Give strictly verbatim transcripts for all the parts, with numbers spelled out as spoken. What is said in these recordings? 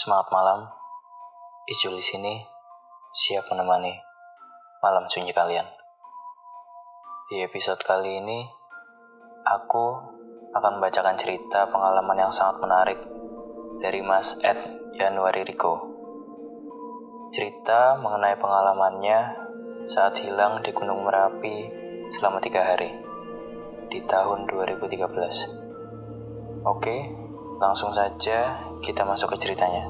Semangat malam, Ijul di sini siap menemani malam sunyi kalian. Di episode kali ini, aku akan membacakan cerita pengalaman yang sangat menarik dari Mas Ed Januari Riko. Cerita mengenai pengalamannya saat hilang di Gunung Merapi selama tiga hari di tahun dua ribu tiga belas. Oke, langsung saja kita masuk ke ceritanya.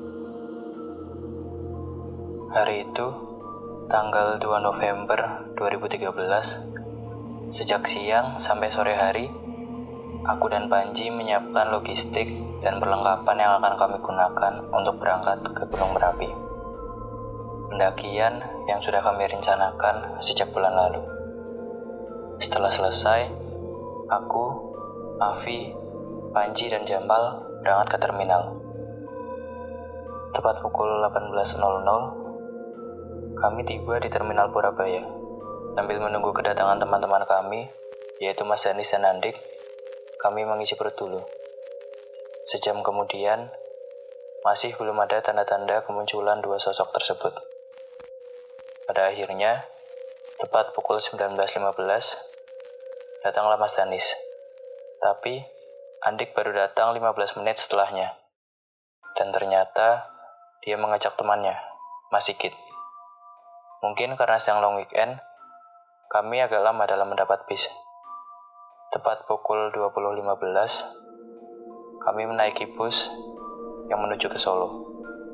Hari itu, tanggal dua November dua ribu tiga belas, sejak siang sampai sore hari, aku dan Panji menyiapkan logistik dan perlengkapan yang akan kami gunakan untuk berangkat ke Gunung Merapi. Pendakian yang sudah kami rencanakan sejak bulan lalu. Setelah selesai, aku, Afi, Panji, dan Jamal berangkat ke terminal. Tepat pukul delapan belas nol nol, kami tiba di Terminal Purabaya. Sambil menunggu kedatangan teman-teman kami, yaitu Mas Danis dan Andik, kami mengisi perut dulu. Sejam kemudian, masih belum ada tanda-tanda kemunculan dua sosok tersebut. Pada akhirnya, tepat pukul sembilan belas lima belas, datanglah Mas Danis. Tapi, Andik baru datang lima belas menit setelahnya. Dan ternyata, dia mengajak temannya, Mas Sigit. Mungkin karena sedang long weekend, kami agak lama dalam mendapat bis. Tepat pukul dua puluh lima belas, kami menaiki bus yang menuju ke Solo.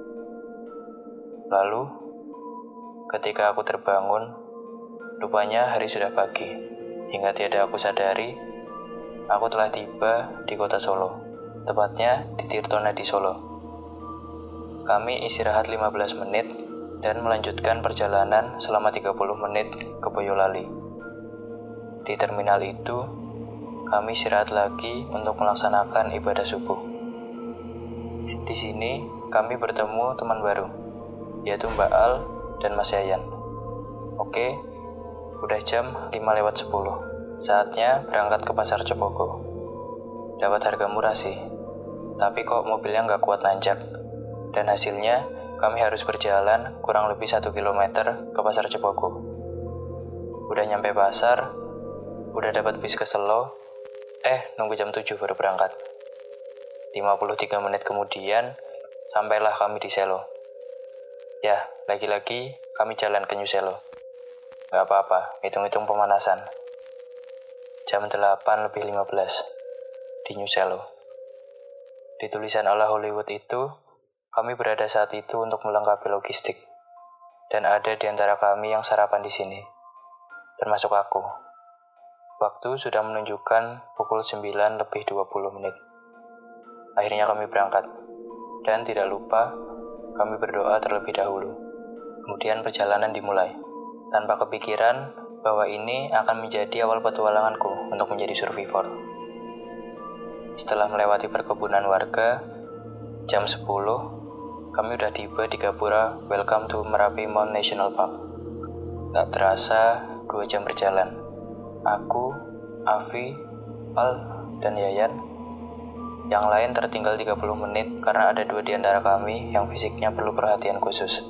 Lalu, ketika aku terbangun, rupanya hari sudah pagi. Hingga tiada aku sadari, aku telah tiba di kota Solo, tepatnya di Tirtonadi Solo. Kami istirahat lima belas menit dan melanjutkan perjalanan selama tiga puluh menit ke Boyolali. Di terminal itu, kami istirahat lagi untuk melaksanakan ibadah subuh. Di sini, kami bertemu teman baru, yaitu Mbak Al dan Mas Yayan. Oke, udah jam lima lewat sepuluh. Saatnya berangkat ke Pasar Cepogo. Dapat harga murah sih, tapi kok mobilnya nggak kuat nanjak. Dan hasilnya, kami harus berjalan kurang lebih satu kilometer ke Pasar Cepogo. Udah nyampe pasar, udah dapat bis ke Selo, eh nunggu jam tujuh baru berangkat. lima puluh tiga menit kemudian, sampailah kami di Selo. Ya, lagi-lagi kami jalan ke New Selo. Gak apa-apa, hitung-hitung pemanasan. Jam delapan lebih lima belas di New Selo. Di tulisan ala Hollywood itu, kami berada saat itu untuk melengkapi logistik. Dan ada di antara kami yang sarapan di sini, termasuk aku. Waktu sudah menunjukkan pukul sembilan lebih dua puluh menit. Akhirnya kami berangkat. Dan tidak lupa, kami berdoa terlebih dahulu. Kemudian perjalanan dimulai. Tanpa kepikiran bahwa ini akan menjadi awal petualanganku untuk menjadi survivor. Setelah melewati perkebunan warga, jam sepuluh, kami udah tiba di Gapura Welcome to Merapi Mount National Park. Gak terasa, dua jam berjalan. Aku, Afi, Al, dan Yayan. Yang lain tertinggal tiga puluh menit karena ada dua di antara kami yang fisiknya perlu perhatian khusus.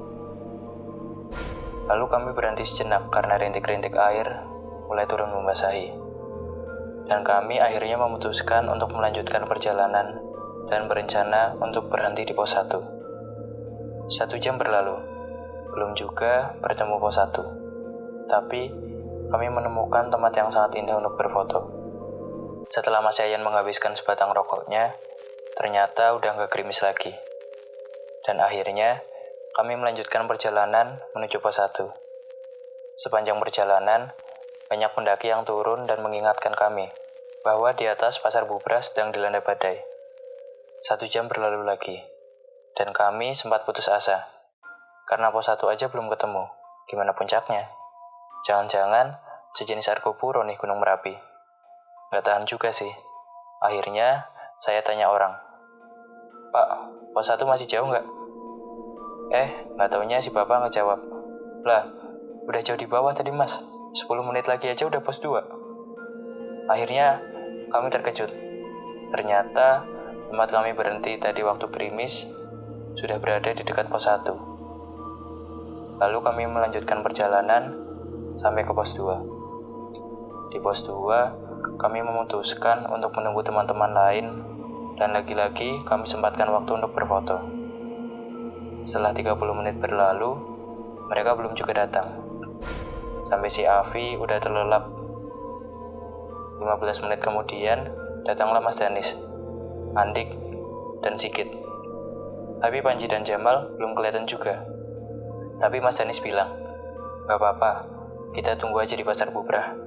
Lalu kami berhenti sejenak karena rintik-rintik air mulai turun membasahi. Dan kami akhirnya memutuskan untuk melanjutkan perjalanan dan berencana untuk berhenti di pos satu. Satu jam berlalu, belum juga bertemu pos satu. Tapi, kami menemukan tempat yang sangat indah untuk berfoto. Setelah Mas Yayan menghabiskan sebatang rokoknya, ternyata udah gak gerimis lagi. Dan akhirnya, kami melanjutkan perjalanan menuju pos satu. Sepanjang perjalanan, banyak pendaki yang turun dan mengingatkan kami bahwa di atas Pasar Bubras sedang dilanda badai. Satu jam berlalu lagi, dan kami sempat putus asa. Karena pos satu aja belum ketemu, gimana puncaknya? Jangan-jangan sejenis Argopuro nih Gunung Merapi. Gak tahan juga sih. Akhirnya, saya tanya orang, Pak, pos satu masih jauh nggak? Eh, gak taunya si bapak ngejawab, lah, udah jauh di bawah tadi mas, sepuluh menit lagi aja udah pos dua. Akhirnya, kami terkejut. Ternyata, tempat kami berhenti tadi waktu gerimis, sudah berada di dekat pos satu. Lalu kami melanjutkan perjalanan sampai ke pos dua. Di pos dua, kami memutuskan untuk menunggu teman-teman lain dan lagi-lagi kami sempatkan waktu untuk berfoto. Setelah tiga puluh menit berlalu, mereka belum juga datang. Sampai si Avi udah terlelap. lima belas menit kemudian, datanglah Mas Danis, Andik, dan Sigit. Tapi Panji dan Jamal belum kelihatan juga. Tapi Mas Danis bilang, "Gak apa-apa, kita tunggu aja di Pasar Bubrah."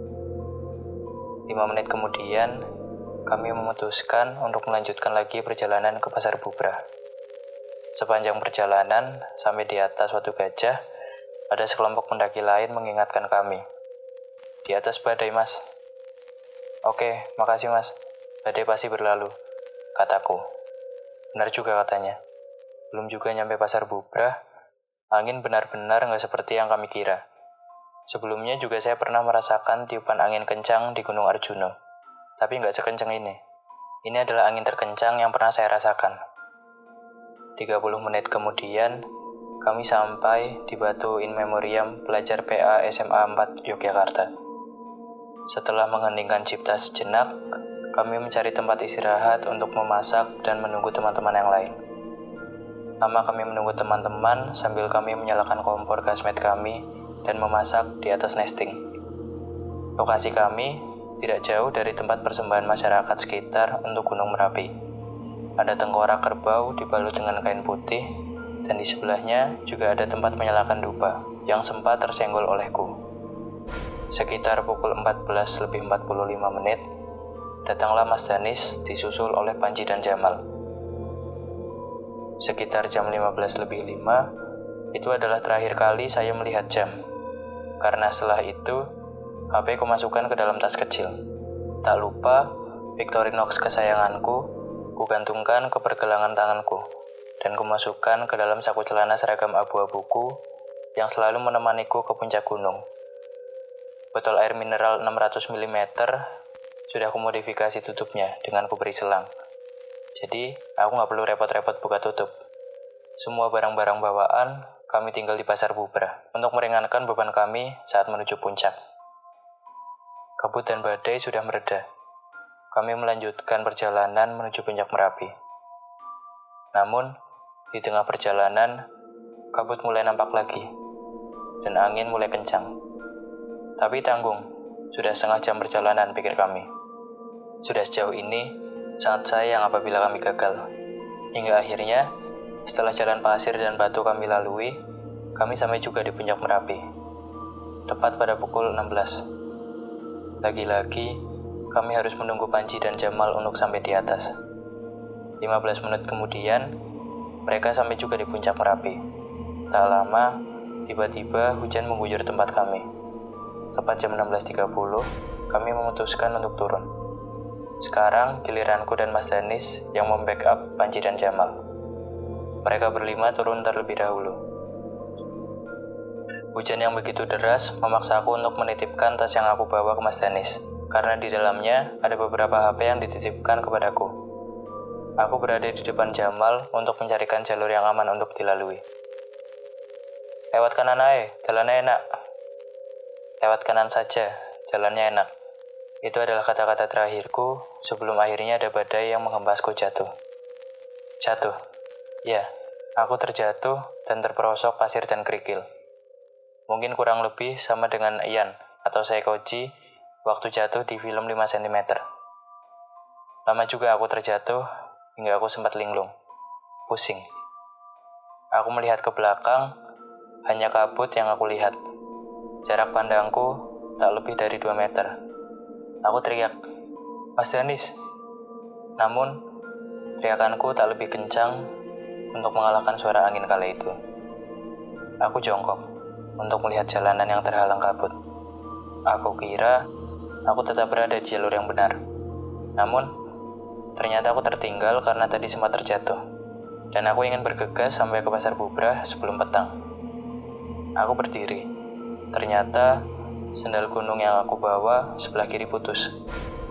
Lima menit kemudian, kami memutuskan untuk melanjutkan lagi perjalanan ke Pasar Bubrah. Sepanjang perjalanan, sampai di atas Watu Gajah, ada sekelompok pendaki lain mengingatkan kami. "Di atas badai, Mas." "Oke, makasih, Mas. Badai pasti berlalu," kataku. Benar juga katanya. Belum juga nyampe Pasar Bubrah, angin benar-benar nggak seperti yang kami kira. Sebelumnya juga saya pernah merasakan tiupan angin kencang di Gunung Arjuno. Tapi nggak sekencang ini. Ini adalah angin terkencang yang pernah saya rasakan. tiga puluh menit kemudian, kami sampai di Batu In Memoriam Pelajar P A S M A empat Yogyakarta. Setelah mengheningkan cipta sejenak, kami mencari tempat istirahat untuk memasak dan menunggu teman-teman yang lain. Lama kami menunggu teman-teman sambil kami menyalakan kompor gasmet kami dan memasak di atas nesting. Lokasi kami tidak jauh dari tempat persembahan masyarakat sekitar untuk Gunung Merapi. Ada tengkorak kerbau dibalut dengan kain putih, dan di sebelahnya juga ada tempat menyalakan dupa yang sempat tersenggol olehku. Sekitar pukul empat belas lebih empat puluh lima menit, datanglah Mas Danis disusul oleh Panji dan Jamal. Sekitar jam lima belas lebih lima, itu adalah terakhir kali saya melihat jam. Karena setelah itu, H P ku masukkan ke dalam tas kecil. Tak lupa, Victorinox kesayanganku, ku gantungkan ke pergelangan tanganku, dan ku masukkan ke dalam saku celana seragam abu-abuku yang selalu menemaniku ke puncak gunung. Botol air mineral enam ratus mililiter sudah aku modifikasi tutupnya dengan ku beri selang. Jadi, aku nggak perlu repot-repot buka tutup. Semua barang-barang bawaan kami tinggal di Pasar Bubrah untuk meringankan beban kami saat menuju puncak. Kabut dan badai sudah mereda. Kami melanjutkan perjalanan menuju puncak Merapi. Namun, di tengah perjalanan, kabut mulai nampak lagi, dan angin mulai kencang. Tapi tanggung, sudah setengah jam perjalanan, pikir kami. Sudah sejauh ini, sangat sayang apabila kami gagal. Hingga akhirnya, setelah jalan pasir dan batu kami lalui, kami sampai juga di puncak Merapi. Tepat pada pukul enam belas. Lagi-lagi, kami harus menunggu Panji dan Jamal untuk sampai di atas. lima belas menit kemudian, mereka sampai juga di puncak Merapi. Tak lama, tiba-tiba hujan mengguyur tempat kami. Tepat jam enam belas tiga puluh, kami memutuskan untuk turun. Sekarang, giliranku dan Mas Danis yang membackup Panji dan Jamal. Mereka berlima turun terlebih dahulu. Hujan yang begitu deras memaksa aku untuk menitipkan tas yang aku bawa ke Mas Danis, karena di dalamnya ada beberapa H P yang dititipkan kepadaku. Aku berada di depan Jamal untuk mencarikan jalur yang aman untuk dilalui. "Lewat kanan aja, jalannya enak." "Lewat kanan saja, jalannya enak." Itu adalah kata-kata terakhirku sebelum akhirnya ada badai yang menghempasku jatuh. Jatuh. Ya, aku terjatuh dan terperosok pasir dan kerikil. Mungkin kurang lebih sama dengan Ian atau Seikoji waktu jatuh di film lima sentimeter. Lama juga aku terjatuh hingga aku sempat linglung. Pusing. Aku melihat ke belakang, hanya kabut yang aku lihat. Jarak pandangku tak lebih dari dua meter. Aku teriak, "Mas Danis!" Namun, teriakanku tak lebih kencang untuk mengalahkan suara angin kala itu. Aku jongkok untuk melihat jalanan yang terhalang kabut. Aku kira aku tetap berada di jalur yang benar. Namun, ternyata aku tertinggal karena tadi sempat terjatuh. Dan aku ingin bergegas sampai ke Pasar Bubrah sebelum petang. Aku berdiri. Ternyata, sendal gunung yang aku bawa sebelah kiri putus.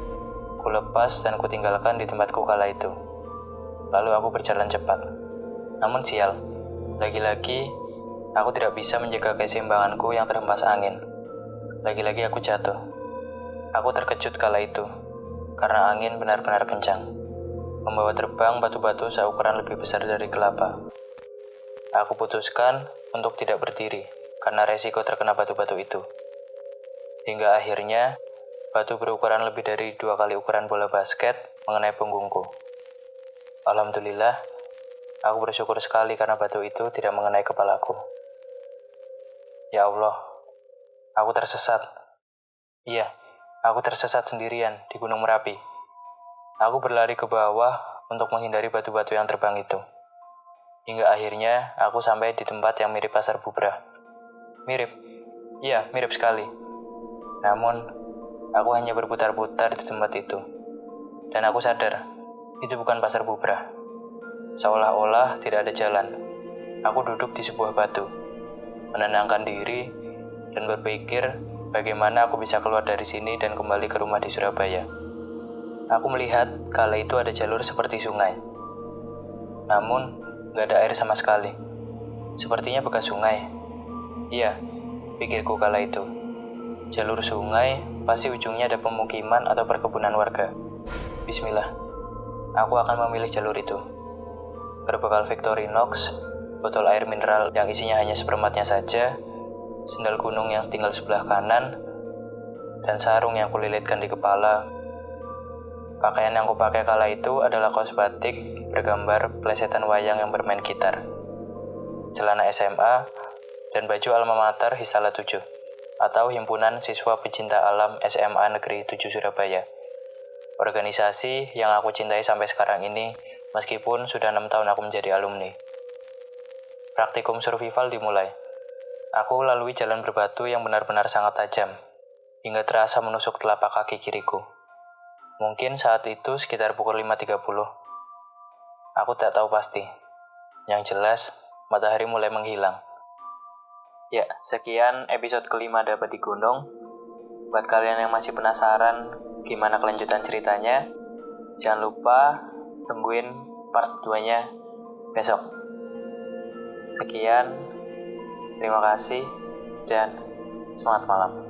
Ku lepas dan ku tinggalkan di tempatku kala itu. Lalu aku berjalan cepat. Namun sial, lagi-lagi aku tidak bisa menjaga keseimbanganku yang terhempas angin. Lagi-lagi aku jatuh. Aku terkejut kala itu, karena angin benar-benar kencang, membawa terbang batu-batu seukuran lebih besar dari kelapa. Aku putuskan untuk tidak berdiri, karena resiko terkena batu-batu itu. Hingga akhirnya, batu berukuran lebih dari dua kali ukuran bola basket mengenai punggungku. Alhamdulillah, aku bersyukur sekali karena batu itu tidak mengenai kepalaku. Ya Allah, aku tersesat. Iya, aku tersesat sendirian di Gunung Merapi. Aku berlari ke bawah untuk menghindari batu-batu yang terbang itu. Hingga akhirnya aku sampai di tempat yang mirip Pasar Bubrah. Mirip? Iya, mirip sekali. Namun, aku hanya berputar-putar di tempat itu. Dan aku sadar, itu bukan Pasar Bubrah. Seolah-olah tidak ada jalan. Aku duduk di sebuah batu, menenangkan diri, dan berpikir bagaimana aku bisa keluar dari sini dan kembali ke rumah di Surabaya. Aku melihat kala itu ada jalur seperti sungai. Namun, gak ada air sama sekali. Sepertinya bekas sungai. Iya, pikirku kala itu. Jalur sungai, pasti ujungnya ada pemukiman atau perkebunan warga. Bismillah, aku akan memilih jalur itu. Berbekal Victorinox, botol air mineral yang isinya hanya seperempatnya saja, sendal gunung yang tinggal sebelah kanan, dan sarung yang kulilitkan di kepala. Pakaian yang kupakai kala itu adalah kaos batik bergambar plesetan wayang yang bermain gitar, celana S M A, dan baju alma mater Hisala tujuh, atau Himpunan Siswa Pecinta Alam S M A Negeri tujuh Surabaya. Organisasi yang aku cintai sampai sekarang ini, meskipun sudah enam tahun aku menjadi alumni. Praktikum survival dimulai. Aku lalui jalan berbatu yang benar-benar sangat tajam, hingga terasa menusuk telapak kaki kiriku. Mungkin saat itu sekitar pukul lima tiga puluh. Aku tak tahu pasti. Yang jelas, matahari mulai menghilang. Ya, sekian episode kelima Dapat di Gunung. Buat kalian yang masih penasaran gimana kelanjutan ceritanya, jangan lupa tungguin part dua-nya besok. Sekian, terima kasih, dan selamat malam.